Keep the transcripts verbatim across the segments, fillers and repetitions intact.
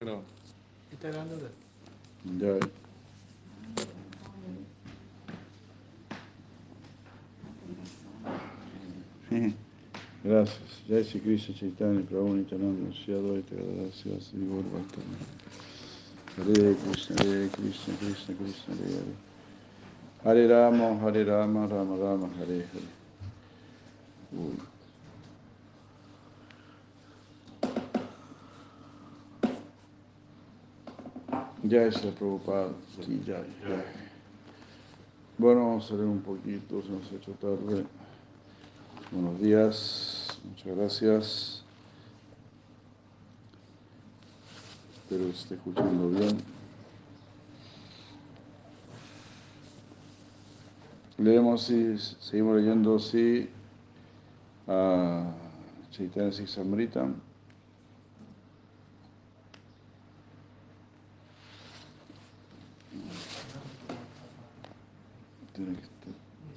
grabando. ¿Está grabando ahora? Ya. Gracias. Jai Shri Krishna Chaitanya Prabhu Nityananda Shri Advaita Gadadhara Sivasadi Gaur Bhaktavrinda. Hare Krishna, Hare Krishna, Krishna Krishna, Hare Hare. Hare Rama, Hare Rama, Rama Rama, Hare Hare. Uy. Jai Shri Prabhupada, Ki Jai. Bueno, vamos a leer un poquito, se nos ha hecho tarde. Buenos días, muchas gracias. Espero que se esté escuchando bien. Leemos, sí, seguimos leyendo, sí, a Chaitanya Charitamrita. Tiene que estar.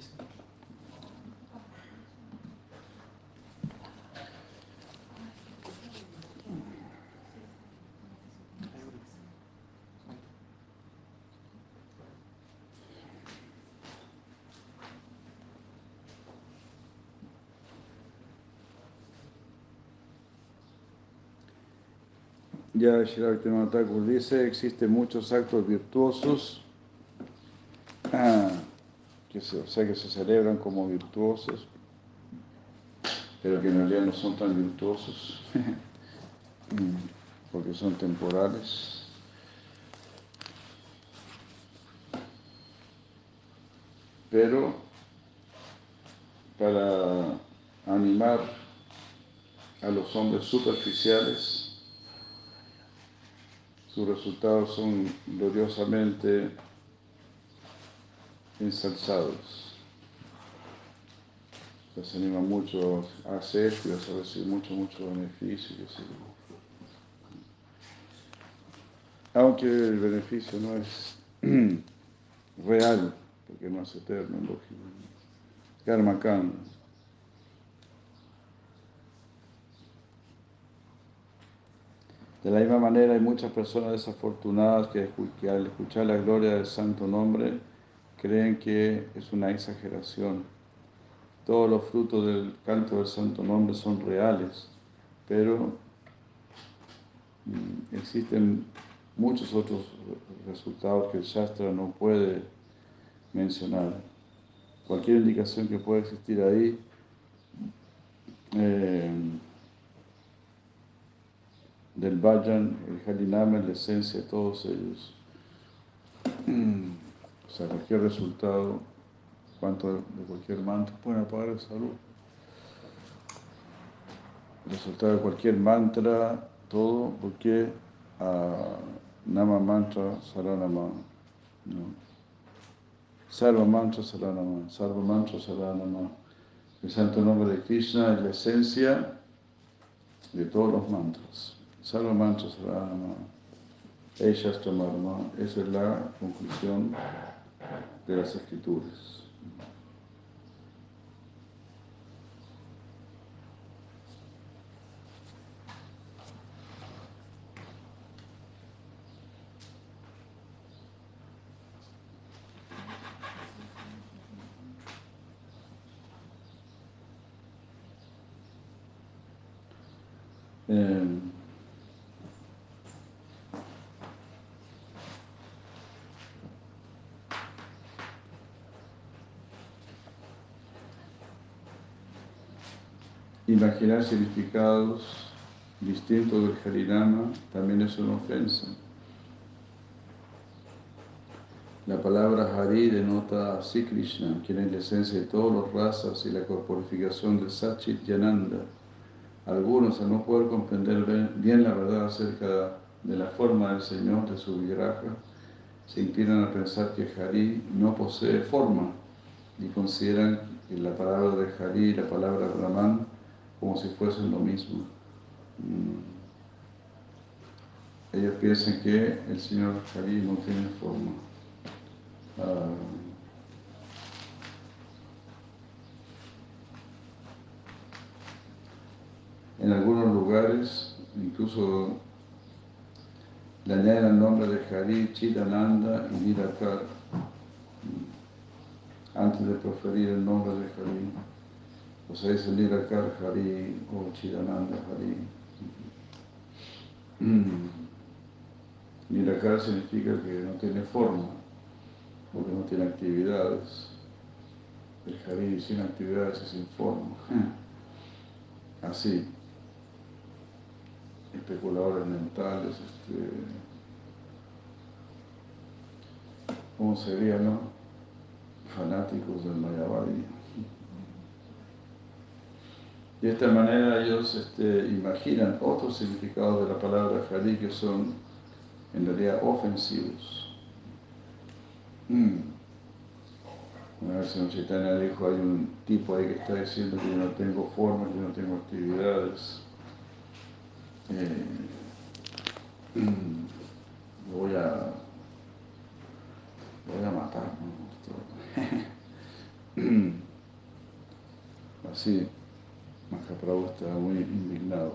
Ya Shri Bhaktivinoda Thakur dice, existen muchos actos virtuosos, ah, que se, o sea que se celebran como virtuosos, pero que en realidad no son tan virtuosos, porque son temporales. Pero para animar a los hombres superficiales, sus resultados son gloriosamente ensalzados. Les anima mucho a hacer esto y vas a recibir mucho, mucho beneficio. Aunque el beneficio no es real, porque no es eterno, lógico. Karma kanda. De la misma manera hay muchas personas desafortunadas que, que al escuchar la gloria del santo nombre creen que es una exageración. Todos los frutos del canto del santo nombre son reales, pero mm, existen muchos otros resultados que el Shastra no puede mencionar. Cualquier indicación que pueda existir ahí eh, del Bhajan, el Harinama es la esencia de todos ellos. O sea, cualquier resultado, cuanto de cualquier mantra, pueden apagar el salud. El resultado de cualquier mantra, todo, porque uh, Nama Mantra Saranama, ¿no? Sarva Mantra Saranama, Sarva Mantra Saranama. El santo nombre de Krishna es la esencia de todos los mantras. Sarva Mantra Saranama. Eshastra Marma, esa es la conclusión de las escrituras. Eh, Imaginar significados distintos del Harinama también es una ofensa. La palabra Hari denota a Sri Krishna, quien es la esencia de todos los razas y la corporificación de Satchit Yananda. Algunos, al no poder comprender bien la verdad acerca de la forma del Señor, de su vigraja, se inclinan a pensar que Hari no posee forma y consideran que la palabra de Hari y la palabra Brahman como si fuesen lo mismo. Ellos piensan que el Señor Hari no tiene forma. Uh, en algunos lugares, incluso le añaden el nombre de Hari, Chidananda y Nirakara antes de proferir el nombre de Hari. O sea, dice Nirakara Hari o Chidananda Hari. Nirakara significa que no tiene forma, porque no tiene actividades. El Hari sin actividades y sin forma. Así, especuladores mentales, este, ¿cómo sería, no? Fanáticos del Mayavadi. De esta manera ellos este, imaginan otros significados de la palabra Hari que son en realidad ofensivos. Mm. Una vez en Chaitanya dijo, hay un tipo ahí que está diciendo que yo no tengo forma, que yo no tengo actividades. Eh, mm, voy a voy a matar, ¿no? Así, Mahaprabhu estaba muy indignado.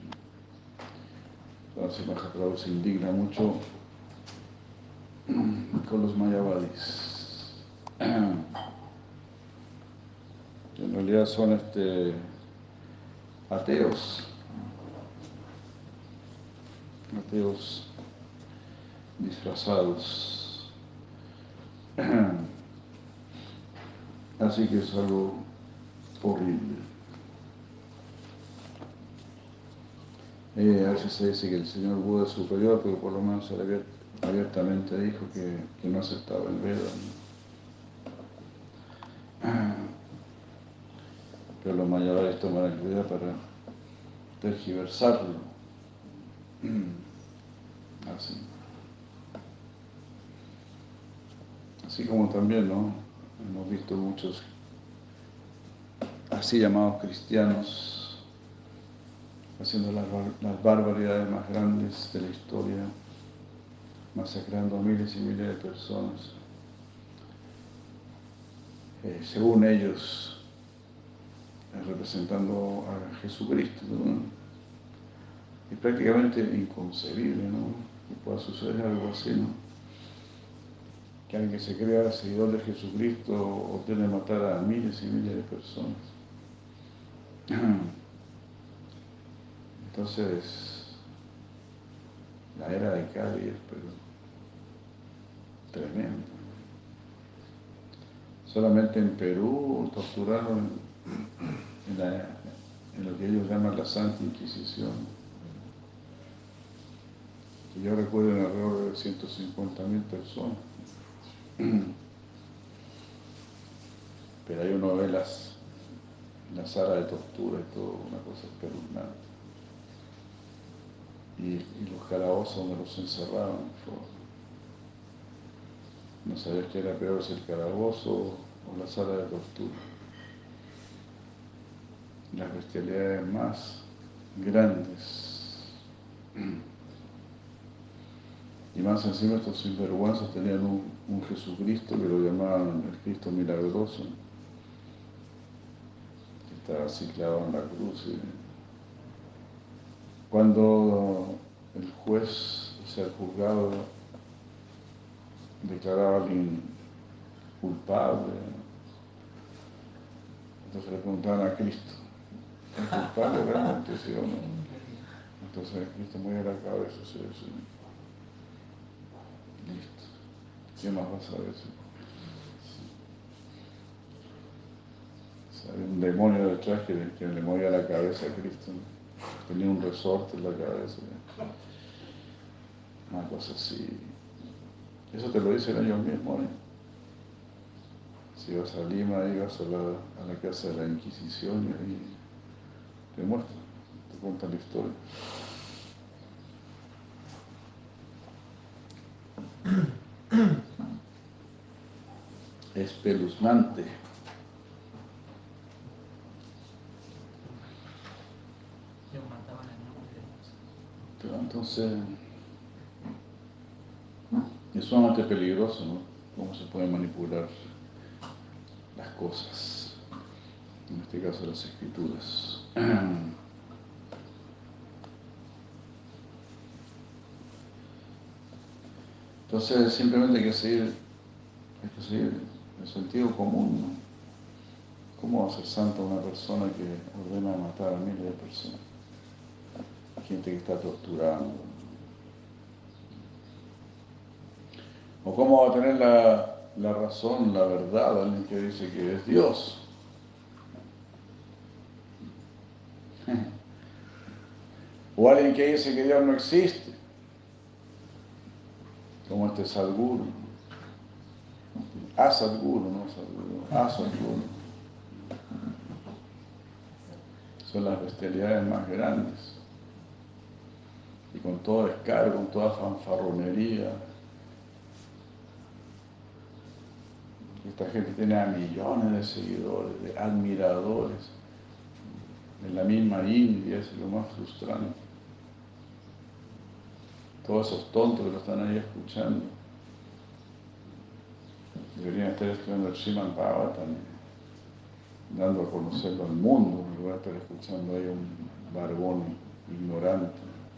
Entonces Mahaprabhu se indigna mucho con los mayavadis. En realidad son este, ateos, ateos disfrazados. Así que es algo horrible. Eh, a veces se dice que el señor Buda es superior, pero por lo menos él abiertamente dijo que, que no aceptaba el Veda, ¿no? Pero los mayavadis toman el Veda para tergiversarlo. Así. Así como también, ¿no? Hemos visto muchos así llamados cristianos haciendo las, bar las barbaridades más grandes de la historia, masacrando a miles y miles de personas, eh, según ellos, eh, representando a Jesucristo, ¿no? Es prácticamente inconcebible, ¿no? Que pueda suceder algo así, ¿no? Que alguien que se crea seguidor de Jesucristo ordene matar a miles y miles de personas. Entonces, la era de Kali es pero tremenda. Solamente en Perú torturaron en, la, en lo que ellos llaman la Santa Inquisición, que yo recuerdo en alrededor de ciento cincuenta mil personas. Pero ahí uno ve las, la sala de tortura y todo, una cosa espeluznante. Y, y los calabozos donde los encerraban. No sabías qué era peor, si el calabozo o la sala de tortura. Las bestialidades más grandes. Y más encima estos sinvergüenzas tenían un, un Jesucristo que lo llamaban el Cristo milagroso, que estaba así clavado en la cruz. Y cuando el juez, o sea, el juzgado, declaraba a alguien culpable, entonces le preguntaban a Cristo, ¿es culpable realmente, sí o no? Entonces Cristo movía la cabeza, sí, sí. Listo. ¿Qué más vas a decir? O sea, había un demonio detrás que, que le movía la cabeza a Cristo, ¿no? Tenía un resorte en la cabeza, ¿no? Una cosa así. Eso te lo dicen ellos mismos, ¿eh? Si vas a Lima, ahí vas a la, a la casa de la Inquisición y ahí te muestran, te cuentan la historia. Espeluznante. Ellos mataban en nombre de Dios. Pero entonces, es sumamente peligroso, ¿no? Cómo se pueden manipular las cosas, en este caso las escrituras. Entonces simplemente hay que seguir, hay que seguir el sentido común, ¿no? ¿Cómo va a ser santa una persona que ordena matar a miles de personas? Gente que está torturando. ¿O cómo va a tener la, la razón, la verdad, alguien que dice que es Dios? O alguien que dice que Dios no existe, como este Sadhguru. A Sadhguru, no Sadhguru, A Sadhguru. Son las bestialidades más grandes. Y con todo descargo, con toda fanfarronería. Esta gente tiene a millones de seguidores, de admiradores. En la misma India es lo más frustrante. Todos esos tontos que lo están ahí escuchando deberían estar estudiando el Srimad Bhagavatam, dando a conocerlo al mundo, en lugar de estar escuchando ahí a un barbón ignorante.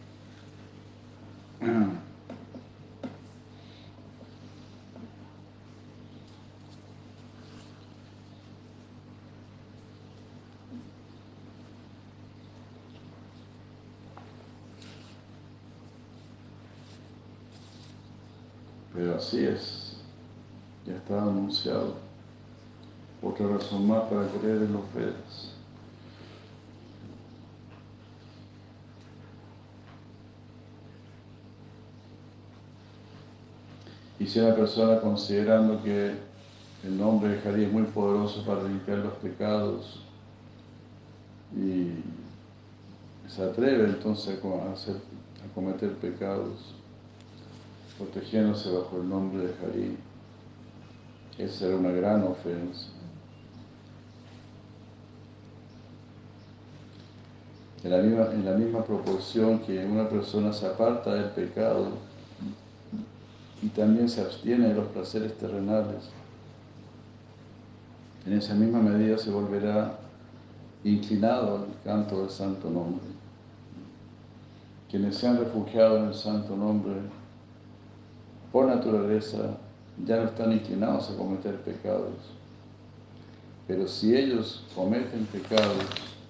Pero así es, ya está anunciado. Otra razón más para creer en los Vedas. Y si una persona, considerando que el nombre de Hari es muy poderoso para limpiar los pecados, y se atreve entonces a, hacer, a cometer pecados, protegiéndose bajo el nombre de Hari, esa será una gran ofensa. En la, misma, en la misma proporción que una persona se aparta del pecado y también se abstiene de los placeres terrenales, en esa misma medida se volverá inclinado al canto del santo nombre. Quienes se han refugiado en el santo nombre, por naturaleza, ya no están inclinados a cometer pecados. Pero si ellos cometen pecados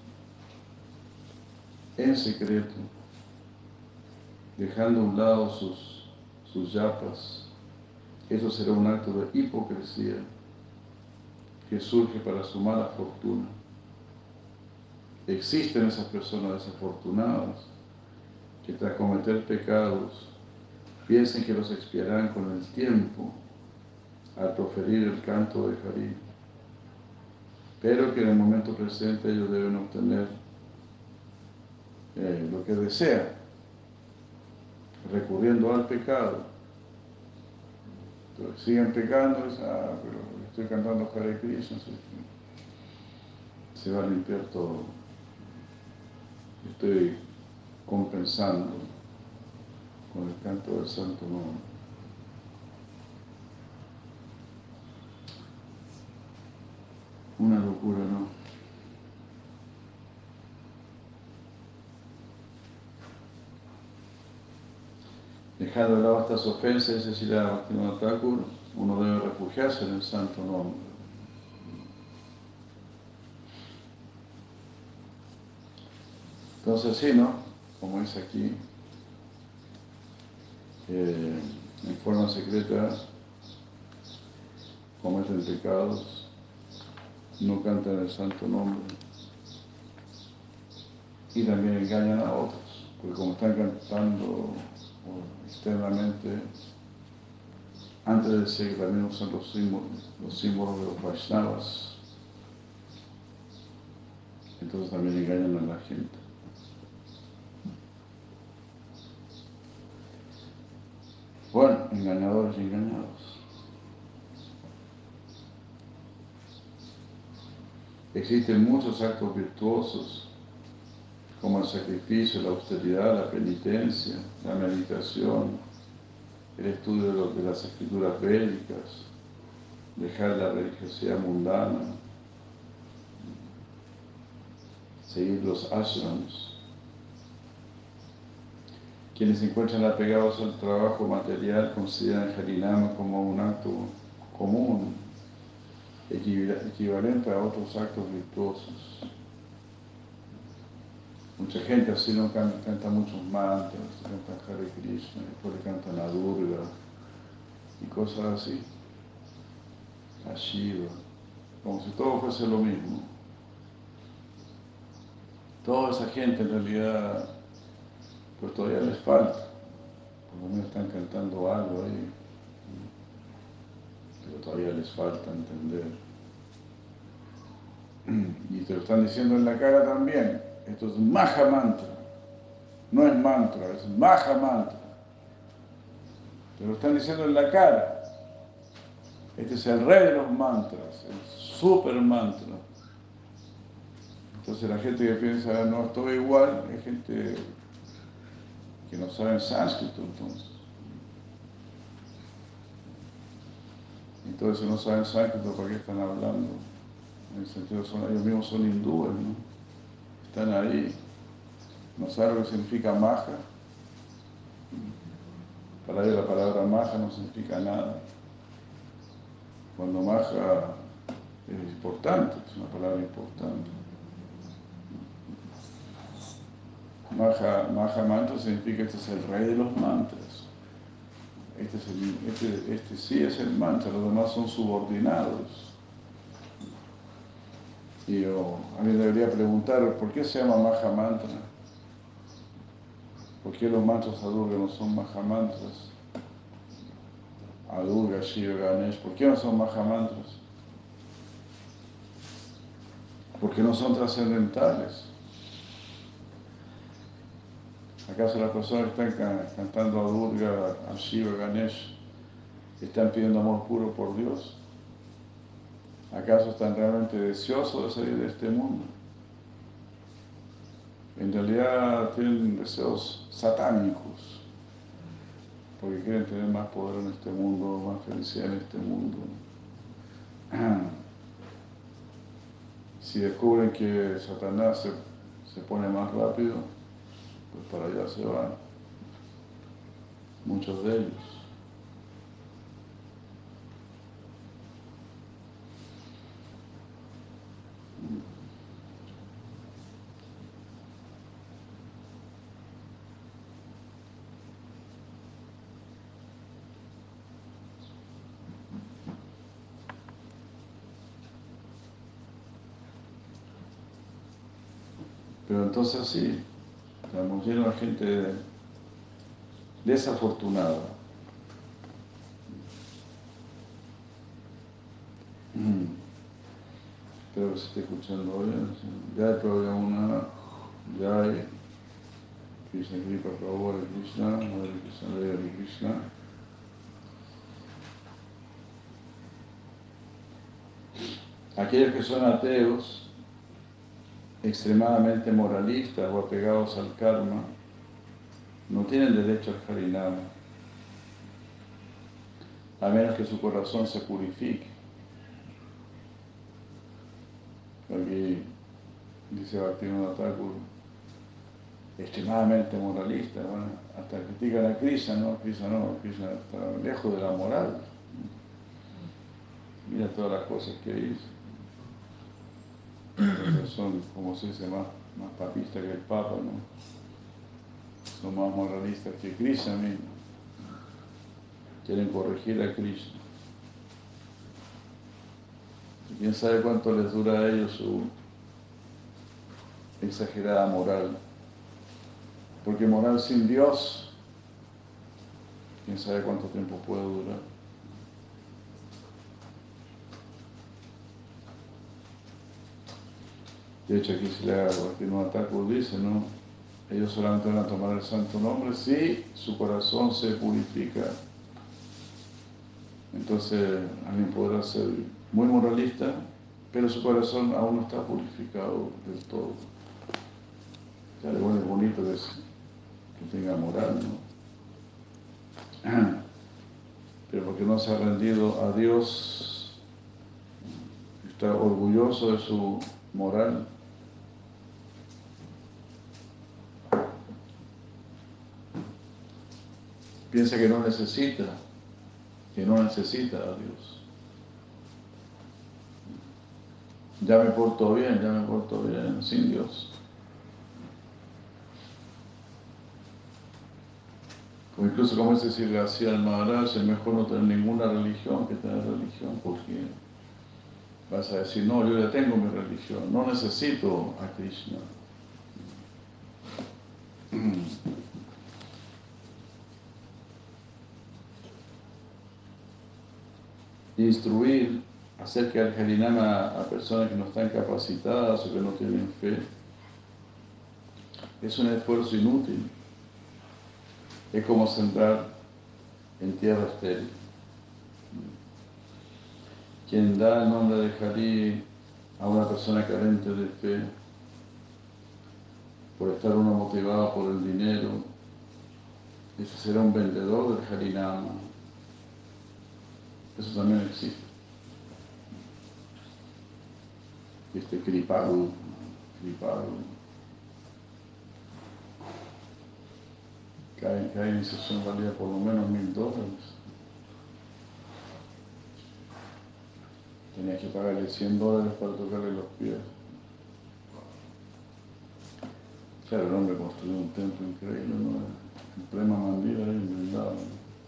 en secreto, dejando a un lado sus, sus yapas, eso será un acto de hipocresía que surge para su mala fortuna. Existen esas personas desafortunadas que tras cometer pecados piensen que los expiarán con el tiempo al proferir el canto de Hari, pero que en el momento presente ellos deben obtener eh, lo que desean, recurriendo al pecado. Entonces, siguen pecando, y dicen, ah, pero estoy cantando Hare Krishna, se va a limpiar todo. Estoy compensando con el canto del santo nombre. Una locura, ¿no? Dejando de lado estas ofensas, es decir, a Bhaktivinoda Thakur, uno debe refugiarse en el santo nombre. Entonces sí, ¿no? Como dice aquí, eh, en forma secreta cometen pecados, no cantan el santo nombre y también engañan a otros, porque como están cantando externamente, antes de decir que también usan los símbolos, los símbolos de los Vaishnavas, entonces también engañan a la gente. Bueno, engañadores y engañados. Existen muchos actos virtuosos, como el sacrificio, la austeridad, la penitencia, la meditación, el estudio de, los, de las escrituras védicas, dejar la religiosidad mundana, seguir los ashrams. Quienes se encuentran apegados al trabajo material consideran Harinama como un acto común, equivalente a otros actos virtuosos. Mucha gente así no canta, canta muchos mantras, canta Hare Krishna, después le cantan a Durga y cosas así, a Shiva, como si todo fuese lo mismo. Toda esa gente en realidad, pues todavía les falta, por lo menos están cantando algo ahí, pero todavía les falta entender. Y te lo están diciendo en la cara también. Esto es Maha Mantra. No es mantra, es Maha Mantra. Te lo están diciendo en la cara. Este es el rey de los mantras, el super mantra. Entonces la gente que piensa, no, todo igual, es gente que no sabe sánscrito entonces. Entonces si no saben sánscrito, ¿para qué están hablando? En el sentido, son, ellos mismos son hindúes, ¿no? Están ahí. No saben lo que significa Maha. Para ellos la palabra Maha no significa nada. Cuando Maha es importante, es una palabra importante. Maha, Maha Mantra significa que este es el rey de los mantras. Este, es el, este, este sí es el mantra, los demás son subordinados. Y yo, alguien debería preguntar, ¿por qué se llama Maha Mantra? ¿Por qué los mantras a Durga no son Maha Mantras? A Durga, Shiva, Ganesh, ¿por qué no son Maha Mantras? Porque no son trascendentales. ¿Acaso las personas que están cantando a Durga, a Shiva, a Ganesh, están pidiendo amor puro por Dios? ¿Acaso están realmente deseosos de salir de este mundo? En realidad tienen deseos satánicos, porque quieren tener más poder en este mundo, más felicidad en este mundo. Si descubren que Satanás se, se pone más rápido, pues para allá se van, muchos de ellos. Pero entonces sí, estamos llenos de gente desafortunada. Espero que se esté escuchando bien. Jai Prabhupada, Jai Krishna Kripa Prabhupada, Hare Krishna, Hare Krishna, Hare Krishna. Aquellos que son ateos, extremadamente moralistas o apegados al karma, no tienen derecho al Harinama, a menos que su corazón se purifique. Aquí dice Bhaktivinoda Thakur, extremadamente moralista, bueno, hasta critican a Krishna, ¿no? Krishna no, Krishna está lejos de la moral. Mira todas las cosas que hizo. Entonces son, como se dice, más, más papistas que el Papa, ¿no? Son más moralistas que Krishna mismo. Quieren corregir a Krishna. Y quién sabe cuánto les dura a ellos su exagerada moral. Porque moral sin Dios, quién sabe cuánto tiempo puede durar. De hecho, aquí se le haga Bhaktivinoda Thakur dice, ¿no? Ellos solamente van a tomar el santo nombre si su corazón se purifica. Entonces, alguien podrá ser muy moralista, pero su corazón aún no está purificado del todo. O sea, igual es bonito que, es, que tenga moral, ¿no? Pero porque no se ha rendido a Dios, está orgulloso de su moral. piensa que no necesita, que no necesita a Dios. Ya me porto bien, ya me porto bien sin Dios. O incluso como dice Sri Gracia Maharaj, es mejor no tener ninguna religión que tener religión, porque vas a decir, no, yo ya tengo mi religión, no necesito a Krishna. Instruir acerca del Harinama a personas que no están capacitadas o que no tienen fe es un esfuerzo inútil. Es como sembrar en tierra estéril. Quien da el nombre de Hari a una persona carente de fe, por estar uno motivado por el dinero, ese será un vendedor del Harinama. Eso también existe. Este Kripalu, Kripalu. Cada, cada iniciación valía por lo menos mil dólares. Tenías que pagarle cien dólares para tocarle los pies. Claro, el hombre construyó un templo increíble, ¿no? En Prema Mandir ahí en Vrindavan.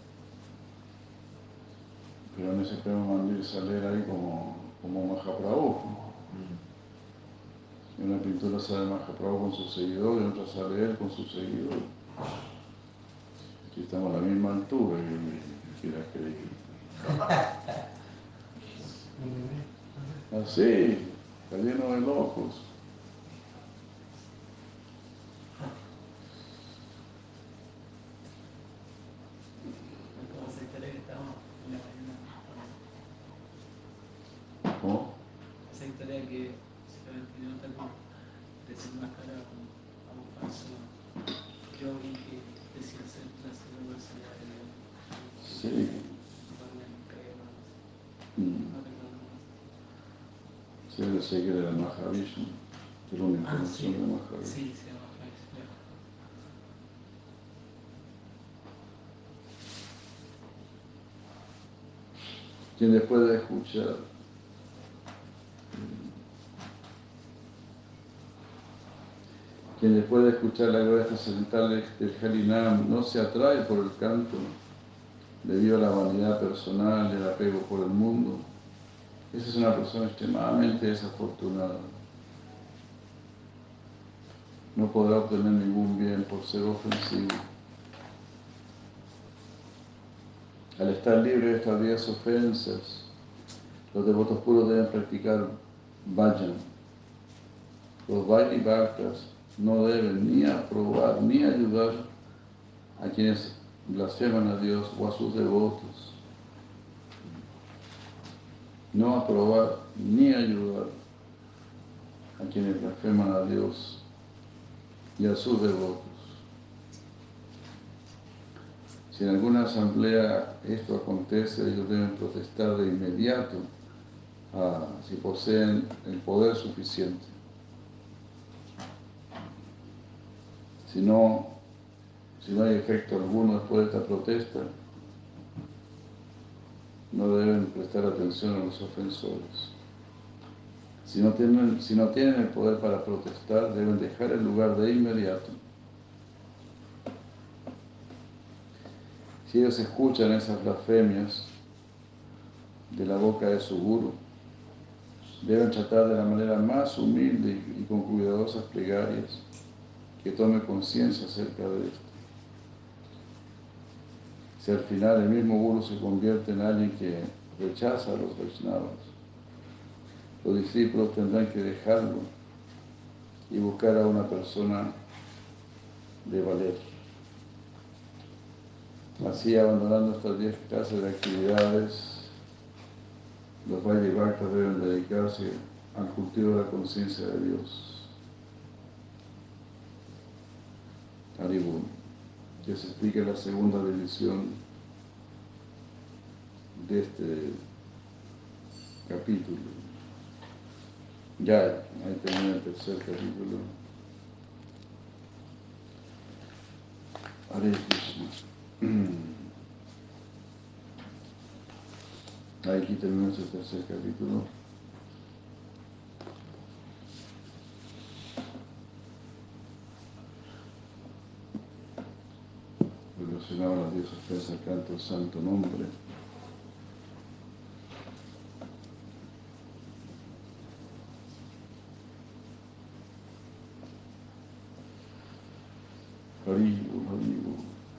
Pero en ese Prema Mandir salir ahí como, como Mahaprabhu. Y una pintura sale Mahaprabhu con su seguidor y otra sale él con su seguidor. Aquí estamos a la misma altura y quieras creer. Así, está lleno de locos. ¿Cómo? Esa historia que se vendió un taco desenmascara a un falso yogi que decía ser la segunda velocidad de Dios. Sí. No recuerdo más. Sí, yo sé que era Mahavishnu, era una encarnación de Mahavishnu. Sí, se llama Mahavishnu. Quien después de escuchar quien después de escuchar la gloria trascendental del Harinam no se atrae por el canto debido a la vanidad personal y el apego por el mundo, esa es una persona extremadamente desafortunada. No podrá obtener ningún bien por ser ofensivo. Al estar libre de estas diez ofensas, los devotos puros deben practicar bhajan. Los Vaidhi Bhaktas no deben ni aprobar ni ayudar a quienes blasfeman a Dios o a sus devotos. No aprobar ni ayudar a quienes blasfeman a Dios y a sus devotos. Si en alguna asamblea esto acontece, ellos deben protestar de inmediato ah, si poseen el poder suficiente. Si no, si no hay efecto alguno después de esta protesta, no deben prestar atención a los ofensores. Si no tienen, si no tienen el poder para protestar, deben dejar el lugar de inmediato. Si ellos escuchan esas blasfemias de la boca de su guru, deben tratar de la manera más humilde y con cuidadosas plegarias que tome conciencia acerca de esto. Si al final el mismo guru se convierte en alguien que rechaza a los Vaishnavas, los discípulos tendrán que dejarlo y buscar a una persona de valer. Así, abandonando estas diez clases de actividades, los Vaidhi Bhaktas deben dedicarse al cultivo de la conciencia de Dios. Haribol, que se explica en la segunda división de este capítulo. Ya, ahí termina el tercer capítulo. Hare Krishna. Aquí terminó ese tercer capítulo. Relacionado a las diosas presas, canto el santo nombre. Haribu, Haribu.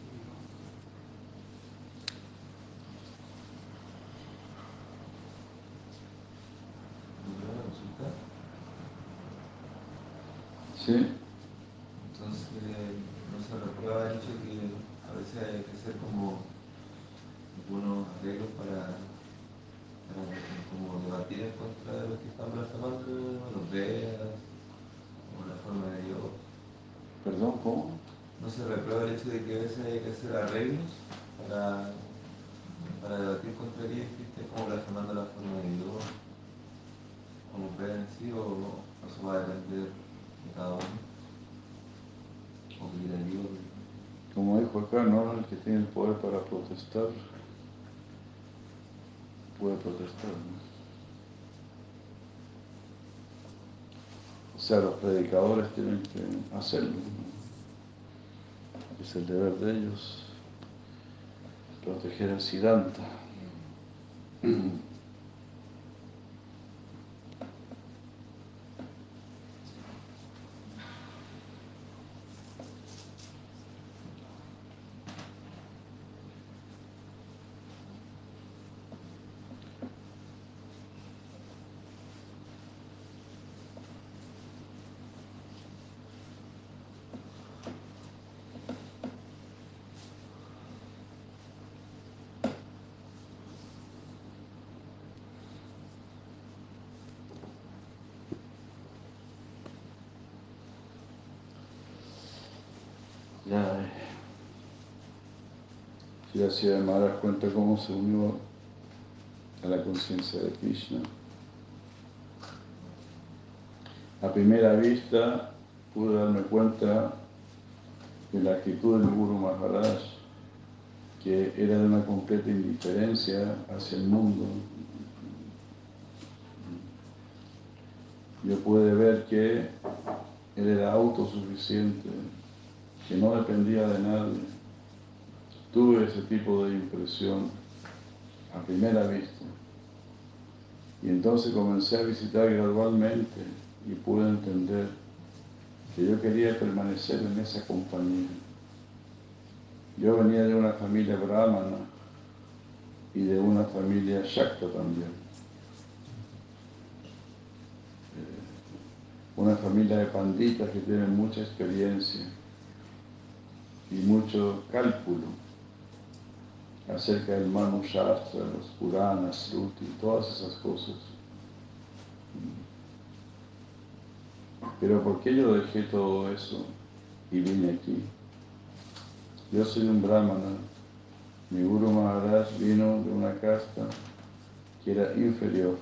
Sí. Entonces, no se reprueba el hecho de que a veces hay que hacer como algunos arreglos para, para como debatir en contra de los que están blasfemando, los Vedas, o la forma de Dios. Perdón, ¿cómo? No se reprueba el hecho de que a veces hay que hacer arreglos para, para debatir contra aquellos que estén como blasfemando la forma de Dios, como Vedas en sí, o eso va a depender de cada uno. Como dijo acá, ¿no? El que tiene el poder para protestar, puede protestar, ¿no? O sea, los predicadores tienen que hacerlo, ¿no? Es el deber de ellos, proteger al Siddhanta. Ya, si la ciudad de Maharaj cuenta cómo se unió a la conciencia de Krishna. A primera vista pude darme cuenta de la actitud del Guru Maharaj, que era de una completa indiferencia hacia el mundo. Yo pude ver que él era autosuficiente, que no dependía de nadie. Tuve ese tipo de impresión a primera vista. Y entonces comencé a visitar gradualmente y pude entender que yo quería permanecer en esa compañía. Yo venía de una familia brahmana y de una familia shakta también. Una familia de panditas que tienen mucha experiencia y mucho cálculo acerca del Manu Shastra, los Puranas, Shruti, todas esas cosas. Pero ¿por qué yo dejé todo eso y vine aquí? Yo soy un brahmana, mi Guru Maharaj vino de una casta que era inferior.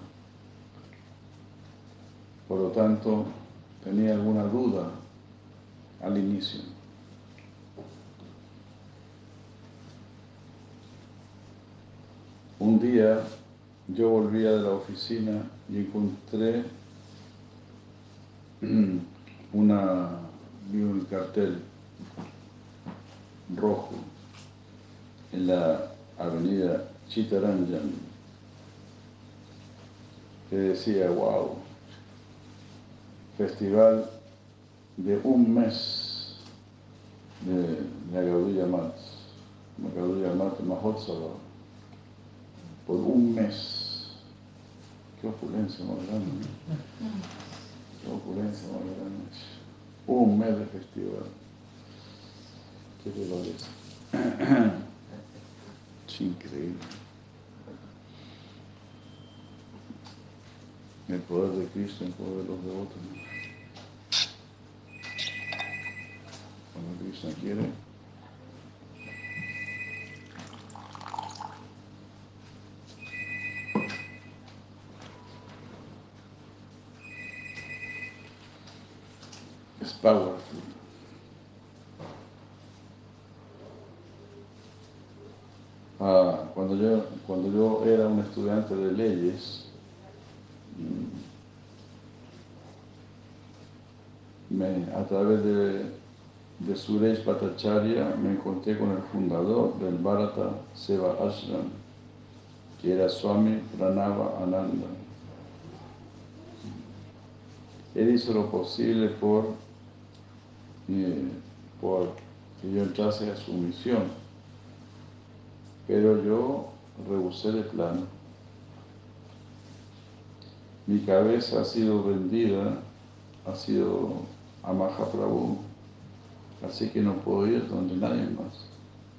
Por lo tanto, tenía alguna duda al inicio. Un día yo volvía de la oficina y encontré una, vi un cartel rojo en la avenida Chittaranjan que decía, wow, festival de un mes de la Gaudiya Mat, Gaudiya Mat Mahotsava, por un mes. Qué opulencia más grande, ¿no? Qué opulencia más grande. Un mes de festival. ¿Qué te parece? Es increíble. El poder de Cristo, el poder de los devotos, ¿no? Cuando Krishna quiere, es powerful. ah, cuando, yo, cuando yo era un estudiante de leyes, me, a través de, de Suresh Bhattacharya me encontré con el fundador del Bharata Seva Ashram, que era Swami Pranava Ananda. Él hizo lo posible por, eh, por que yo entrase a su misión, pero yo rehusé de plano. Mi cabeza ha sido vendida, ha sido a Mahaprabhu, así que no puedo ir donde nadie más.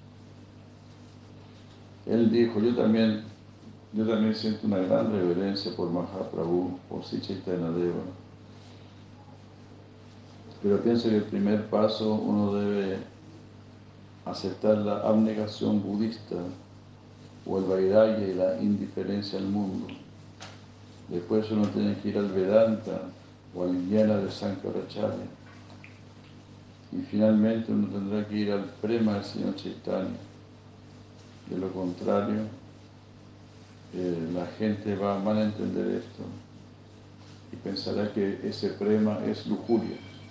Él dijo, yo también, yo también siento una gran reverencia por Mahaprabhu, por Sri Chaitanya Deva, pero pienso que el primer paso uno debe aceptar la abnegación budista o el vairagya y la indiferencia al mundo. Después uno tiene que ir al Vedanta o al Jnana de Sankaracharya. Y finalmente uno tendrá que ir al Prema del Señor Chaitanya. De lo contrario, eh, la gente va, van a entender esto y pensará que ese Prema es lujuria.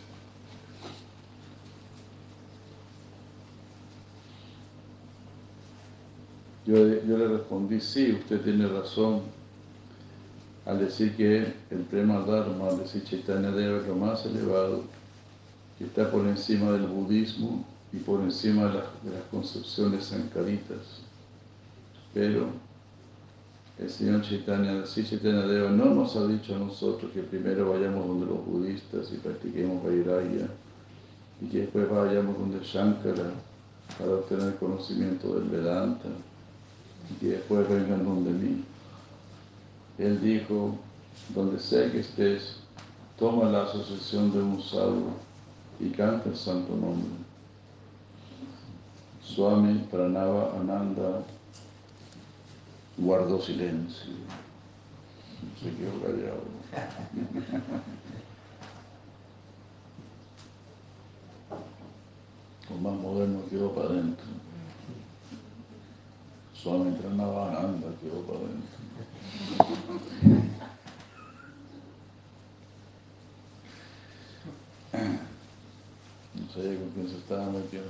Yo, yo le respondí, sí, usted tiene razón al decir que el Prema Dharma, al decir Chaitanya Deva es lo más elevado, que está por encima del budismo y por encima de las, de las concepciones sankaritas. Pero el Señor Chaitanya, Sri Chaitanya Deva no nos ha dicho a nosotros que primero vayamos donde los budistas y practiquemos vairagya y que después vayamos donde Shankara para obtener conocimiento del Vedanta y que después vengan donde mí. Él dijo, donde sea que estés, toma la asociación de un sadhu y canta el santo nombre. Swami Pranava Ananda guardó silencio, se quedó callado. Lo más moderno quedó para adentro. Swami Pranava Ananda quedó para adentro. No sabía con quién se estaba metiendo.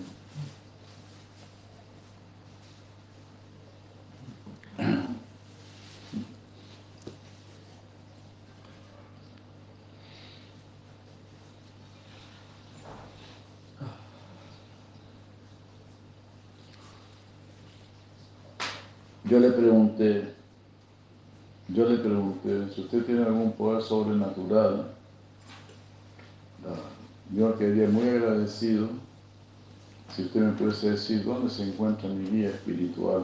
Yo le pregunté, yo le pregunté, si usted tiene algún poder sobrenatural, yo quedaría muy agradecido si usted me pudiese decir dónde se encuentra mi guía espiritual.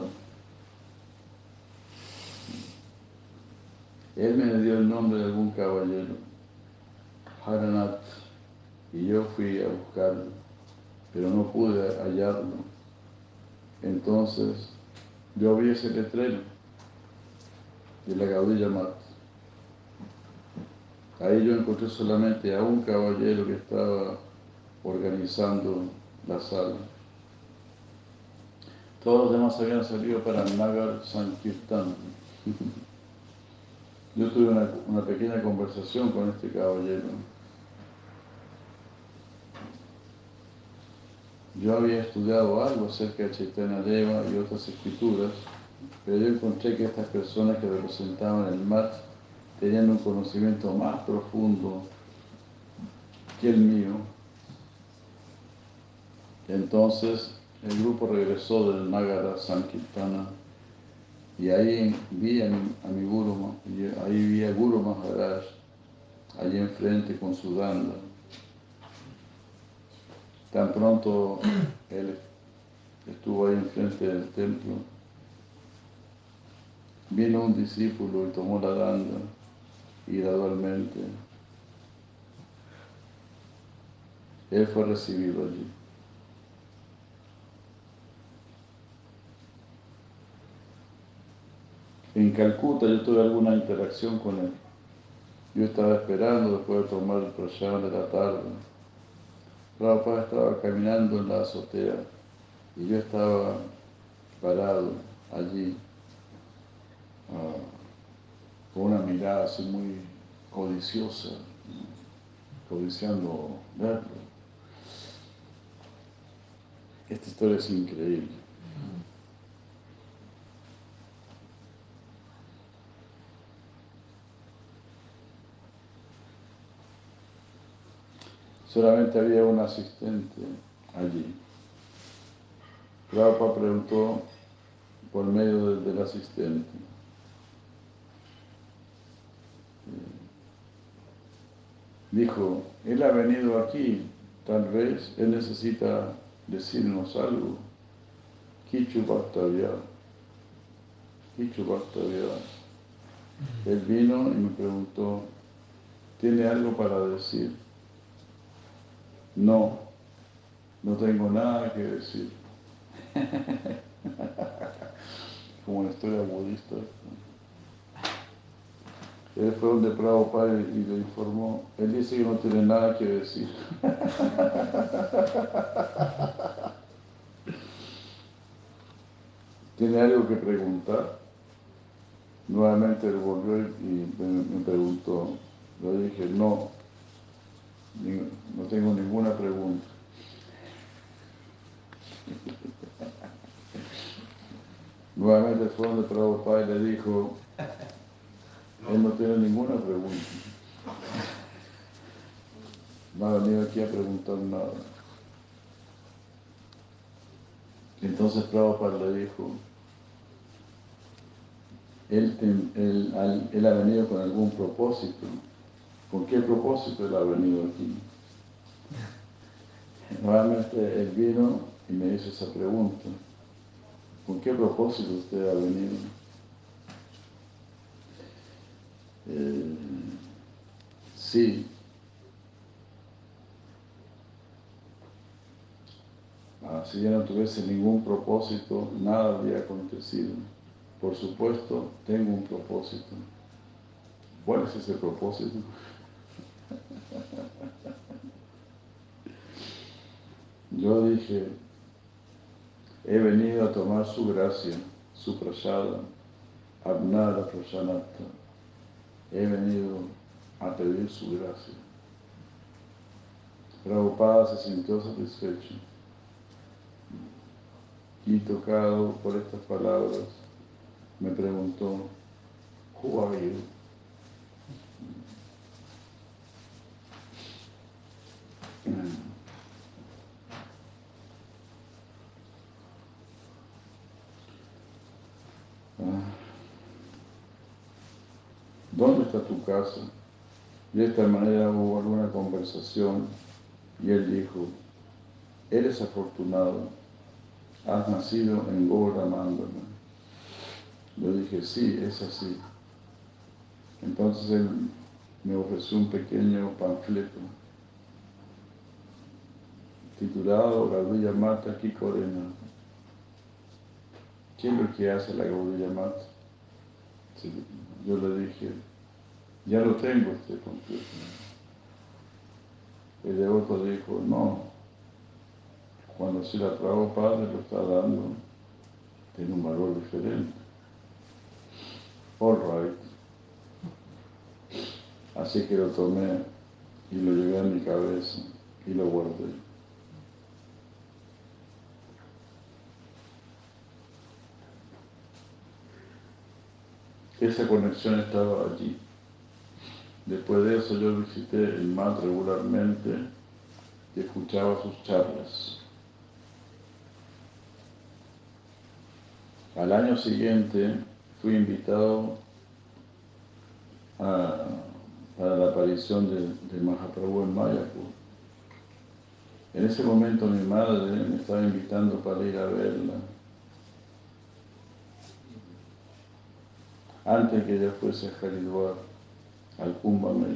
Él me dio el nombre de algún caballero, Haranath, y yo fui a buscarlo, pero no pude hallarlo. Entonces, yo vi ese letrero de la Gaudiya Mat. Ahí yo encontré solamente a un caballero que estaba organizando la sala. Todos los demás habían salido para Nagar Sankirtan. Yo tuve una, una pequeña conversación con este caballero. Yo había estudiado algo acerca de Chaitanya Deva y otras escrituras, pero yo encontré que estas personas que representaban el Mat tenían un conocimiento más profundo que el mío. Entonces el grupo regresó del Nagara Sankirtana y ahí vi a mi, a mi Guru, ahí vi a Guru Maharaj, allí enfrente con su danda. Tan pronto él estuvo ahí enfrente del templo, vino un discípulo y tomó la danda y gradualmente él fue recibido allí. En Calcuta yo tuve alguna interacción con él. Yo estaba esperando después de tomar el prashad de la tarde. Prabhupada estaba caminando en la azotea y yo estaba parado allí uh, con una mirada así muy codiciosa, ¿no? Codiciando verlo. Esta historia es increíble. Solamente había un asistente allí. Prabhupada preguntó por medio del, del asistente. Dijo, él ha venido aquí, tal vez él necesita decirnos algo. Kichu Bhaktavya. Kichu Bhaktavya. Él vino y me preguntó, ¿tiene algo para decir? No, no tengo nada que decir. Como una historia budista. Él fue donde Prabhupada y le informó, él dice que no tiene nada que decir. ¿Tiene algo que preguntar? Nuevamente él volvió y me, me preguntó. Yo dije, no, no tengo ninguna pregunta. Nuevamente fue donde Prabhupada y le dijo, él no tiene ninguna pregunta. No ha venido aquí a preguntar nada. Entonces Prabhupada le dijo, él, él, él ha venido con algún propósito. ¿Con qué propósito él ha venido aquí? Nuevamente él vino y me hizo esa pregunta. ¿Con qué propósito usted ha venido? Eh, sí. Ah, si yo no tuviese ningún propósito, nada habría acontecido. Por supuesto, tengo un propósito. ¿Cuál es ese propósito? Yo dije, he venido a tomar su gracia, su prasada, abnara prasanata. He venido a pedir su gracia. Prabhupada se sintió satisfecho y tocado por estas palabras, me preguntó, ¿Who are you? ¿Dónde está tu casa? De esta manera hubo alguna conversación y él dijo, eres afortunado, has nacido en Gaura Mandala. Yo dije, sí, es así. Entonces él me ofreció un pequeño panfleto titulado Gaudiya Mata Kikorena. ¿Qué es lo que hace la Gaudiya Mata? Yo le dije, ya lo tengo este panfleto. El devoto dijo, no, cuando Srila Prabhupada lo está dando, tiene un valor diferente. All right. Así que lo tomé y lo llevé a mi cabeza y lo guardé. Esa conexión estaba allí. Después de eso yo visité el M A T regularmente y escuchaba sus charlas. Al año siguiente fui invitado a, para la aparición de, de Mahaprabhu en Mayapur. En ese momento mi madre me estaba invitando para ir a verla, antes que ella fuese a Haridwar, al Kumbh Mela.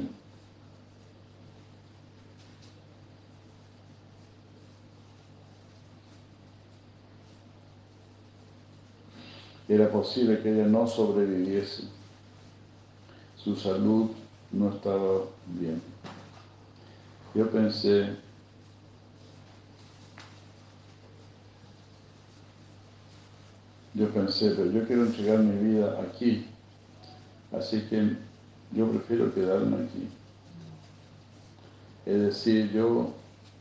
Era posible que ella no sobreviviese. Su salud no estaba bien. Yo pensé, yo pensé, pero yo quiero entregar mi vida aquí, así que yo prefiero quedarme aquí. Es decir, yo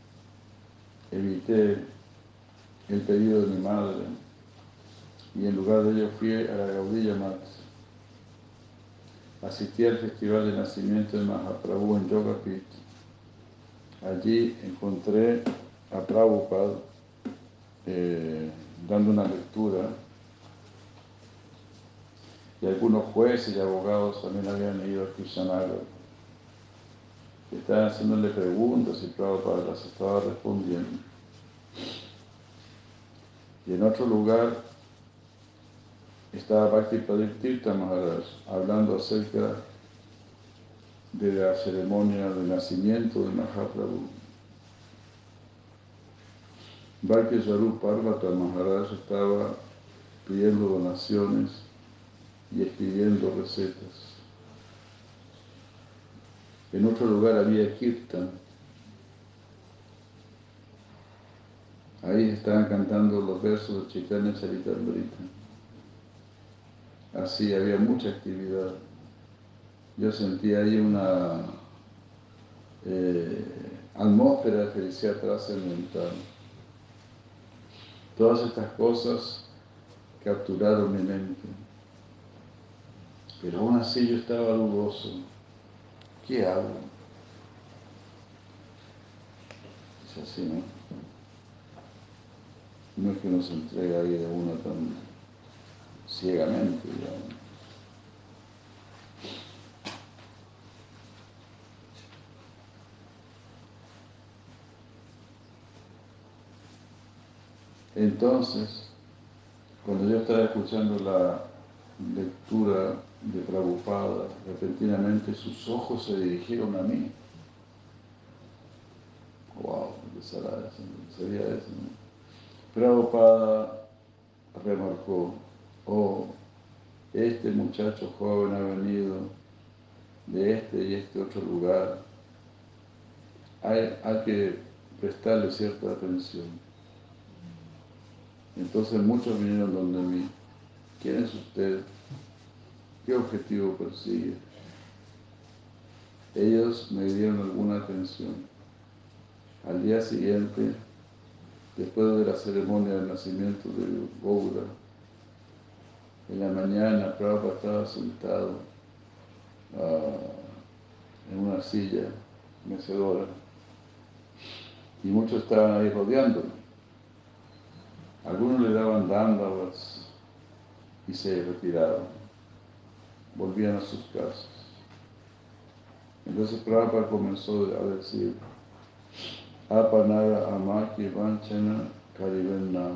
evité el pedido de mi madre y en lugar de ello fui a la Gaudiya Math. Asistí al festival de nacimiento de Mahaprabhu en Yogapith. Allí encontré a Prabhupada eh, dando una lectura y algunos jueces y abogados también habían ido a Krishnanagar. Estaban haciéndole preguntas y Prabhupada las estaba respondiendo. Y en otro lugar estaba Bhakti Pradeep Tirtha Maharaj hablando acerca de la ceremonia de nacimiento de Mahaprabhu. Bhakti Swarup Parvata Maharaj estaba pidiendo donaciones y escribiendo recetas. En otro lugar había Kirtan. Ahí estaban cantando los versos de Chaitanya Charitamrita. Así había mucha actividad. Yo sentí ahí una eh, atmósfera de felicidad trascendental. Todas estas cosas capturaron mi mente. Pero aún así yo estaba dudoso. ¿Qué hago? Es así, ¿no? No es que uno se entregue ahí de una tan ciegamente, digamos. Entonces, cuando yo estaba escuchando la lectura de Prabhupada, repentinamente sus ojos se dirigieron a mí. ¡Wow! ¿Qué será eso? ¿Qué sería eso? ¿No? Prabhupada remarcó, oh, este muchacho joven ha venido de este y este otro lugar. Hay, hay que prestarle cierta atención. Entonces muchos vinieron donde mí. ¿Quién es usted? ¿Qué objetivo persigue? Ellos me dieron alguna atención. Al día siguiente, después de la ceremonia del nacimiento de Gaura, en la mañana Prabhupada estaba sentado uh, en una silla mecedora y muchos estaban ahí rodeándolo. Algunos le daban dandavats y se retiraban, volvían a sus casas. Entonces Prabhupada comenzó a decir, Apanara amaki vanchana karivenna.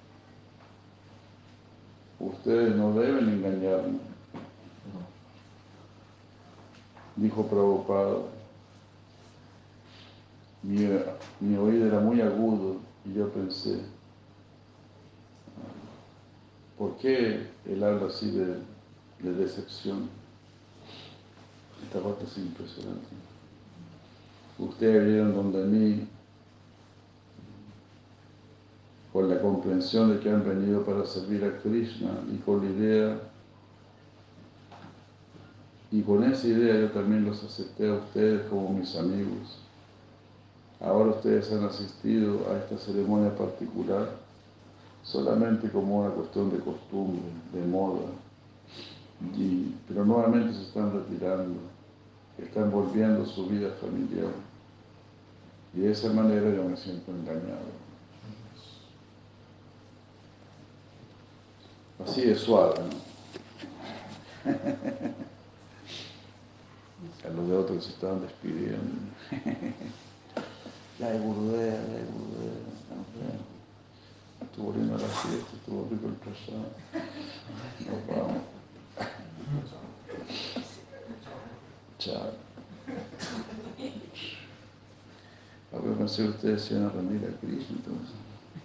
Ustedes no deben engañarme. Dijo Prabhupada. Mi, mi oído era muy agudo y yo pensé, ¿por qué él habla así de, de decepción? Esta parte es impresionante. Ustedes vieron donde mí con la comprensión de que han venido para servir a Krishna y con la idea, y con esa idea yo también los acepté a ustedes como mis amigos. Ahora ustedes han asistido a esta ceremonia particular solamente como una cuestión de costumbre, de moda, y, pero nuevamente se están retirando, están volviendo a su vida familiar. Y de esa manera yo me siento engañado. Así de suave, ¿no? A los de otros se estaban despidiendo. Ya hay Gurudeva, ya hay Gurudeva, nos vemos. Estuvo lindo la fiesta, estuvo rico el prasad. Nos vamos. Chao. Ahora pensé que ustedes se iban a rendir a Krishna, entonces.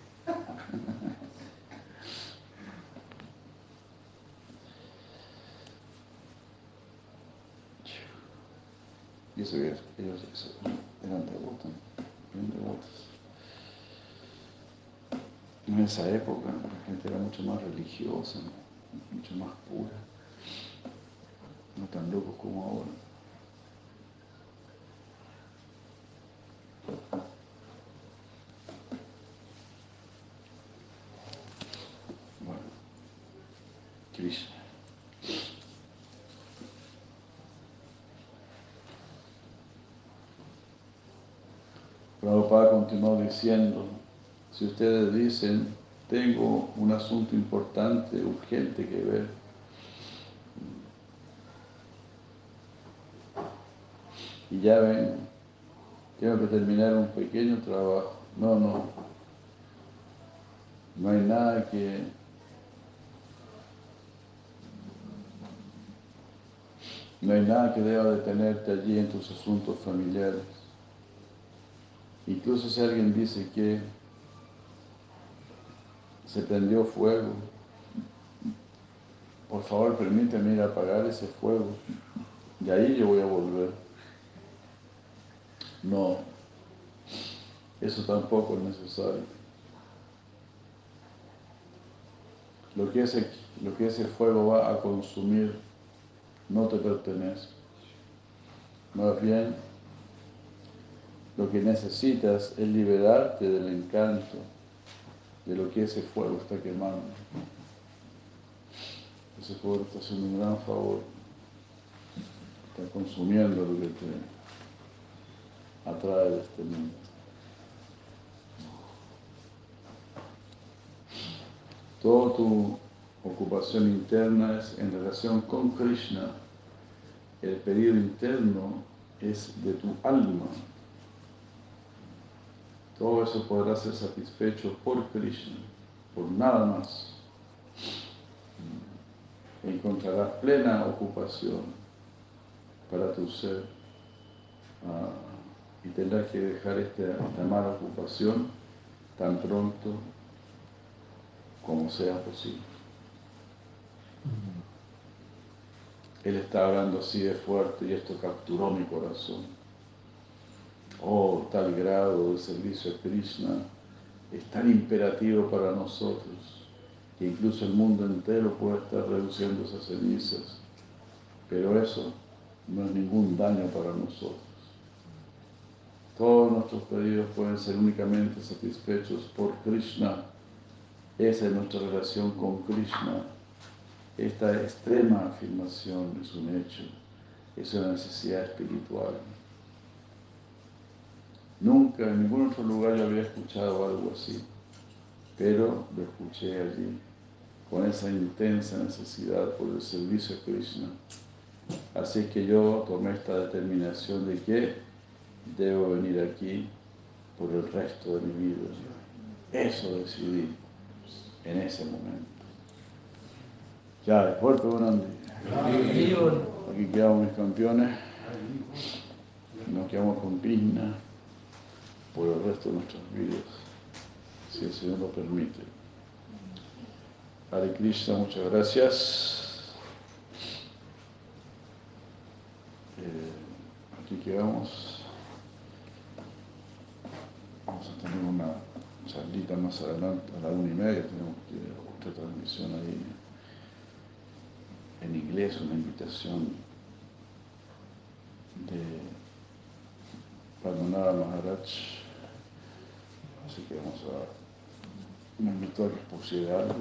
Y eso que ellos eran devotos, bien devotos. En esa época la gente era mucho más religiosa, ¿no? Mucho más pura, no tan locos como ahora. Bueno, Krishna. Prabhupada continuó diciendo, si ustedes dicen, tengo un asunto importante, urgente que ver, y ya ven, tengo que terminar un pequeño trabajo. No, no, no hay nada que, no hay nada que deba detenerte allí en tus asuntos familiares. Incluso si alguien dice que se prendió fuego, por favor permíteme ir a apagar ese fuego y ahí yo voy a volver. No, eso tampoco es necesario. Lo que ese, lo que ese fuego va a consumir no te pertenece. Más bien, lo que necesitas es liberarte del encanto de lo que ese fuego está quemando. Ese fuego está haciendo un gran favor, está consumiendo lo que te atrae de este mundo. Toda tu ocupación interna es en relación con Krishna. El pedido interno es de tu alma. Todo eso podrá ser satisfecho por Krishna, por nada más. Encontrarás plena ocupación para tu ser uh, y tendrás que dejar este, esta mala ocupación tan pronto como sea posible. Él está hablando así de fuerte y esto capturó mi corazón. Oh, tal grado de servicio a Krishna es tan imperativo para nosotros que incluso el mundo entero puede estar reduciéndose a cenizas, pero eso no es ningún daño para nosotros. Todos nuestros pedidos pueden ser únicamente satisfechos por Krishna. Esa es nuestra relación con Krishna. Esta extrema afirmación es un hecho, es una necesidad espiritual. Nunca en ningún otro lugar yo había escuchado algo así, pero lo escuché allí, con esa intensa necesidad por el servicio a Krishna. Así que yo tomé esta determinación de que debo venir aquí por el resto de mi vida. Eso decidí en ese momento. Ya, de fuerte, Bonandi. Aquí quedamos mis campeones. Nos quedamos con Krishna por el resto de nuestras vidas, si el Señor lo permite. Hare Krishna, muchas gracias. Eh, aquí quedamos. Vamos a tener una charlita más adelante, a la una y media, tenemos que, otra transmisión ahí en inglés, una invitación de Padmanabha Maharaj. Así que vamos a, me invitó a que expusiera algo.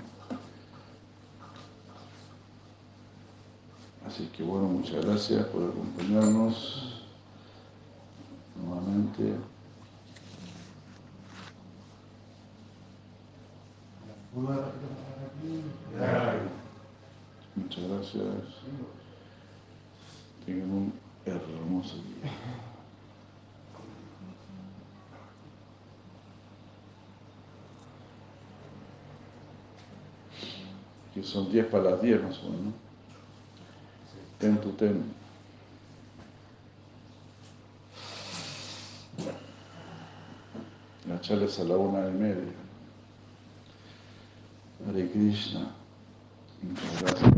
Así que bueno, muchas gracias por acompañarnos nuevamente. Muchas gracias. Tengan un hermoso día. Que son diez para las diez más o menos, ¿no? Ten tu ten. La charla es a la una y media. Hare Krishna. Muchas gracias.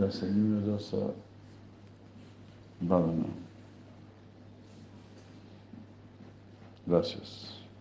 Rasanina Rasa Bhavana. Gracias.